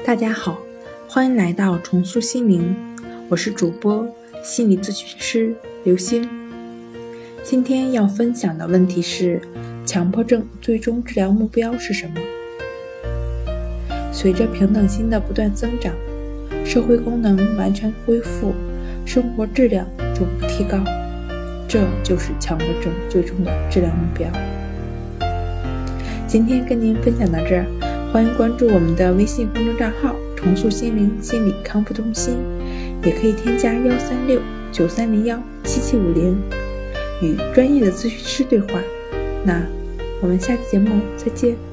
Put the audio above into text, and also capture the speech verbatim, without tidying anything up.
大家好，欢迎来到重塑心灵，我是主播心理咨询师刘星。今天要分享的问题是，强迫症最终治疗目标是什么？随着平等心的不断增长，社会功能完全恢复，生活质量逐步提高，这就是强迫症最终的治疗目标。今天跟您分享到这儿，欢迎关注我们的微信公众账号重塑心灵心理康复中心，也可以添加幺三六九三零幺七七五零与专业的咨询师对话。那我们下期节目再见。